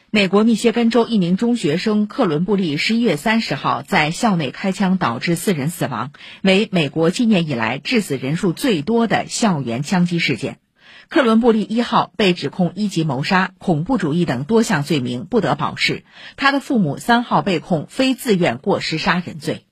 美国密歇根州一名中学生克伦布利11月30号在校内开枪导致4人死亡，为美国今年以来致死人数最多的校园枪击事件。克伦布利1号被指控1级谋杀、恐怖主义等多项罪名，不得保释。他的父母3号被控非自愿过失杀人罪。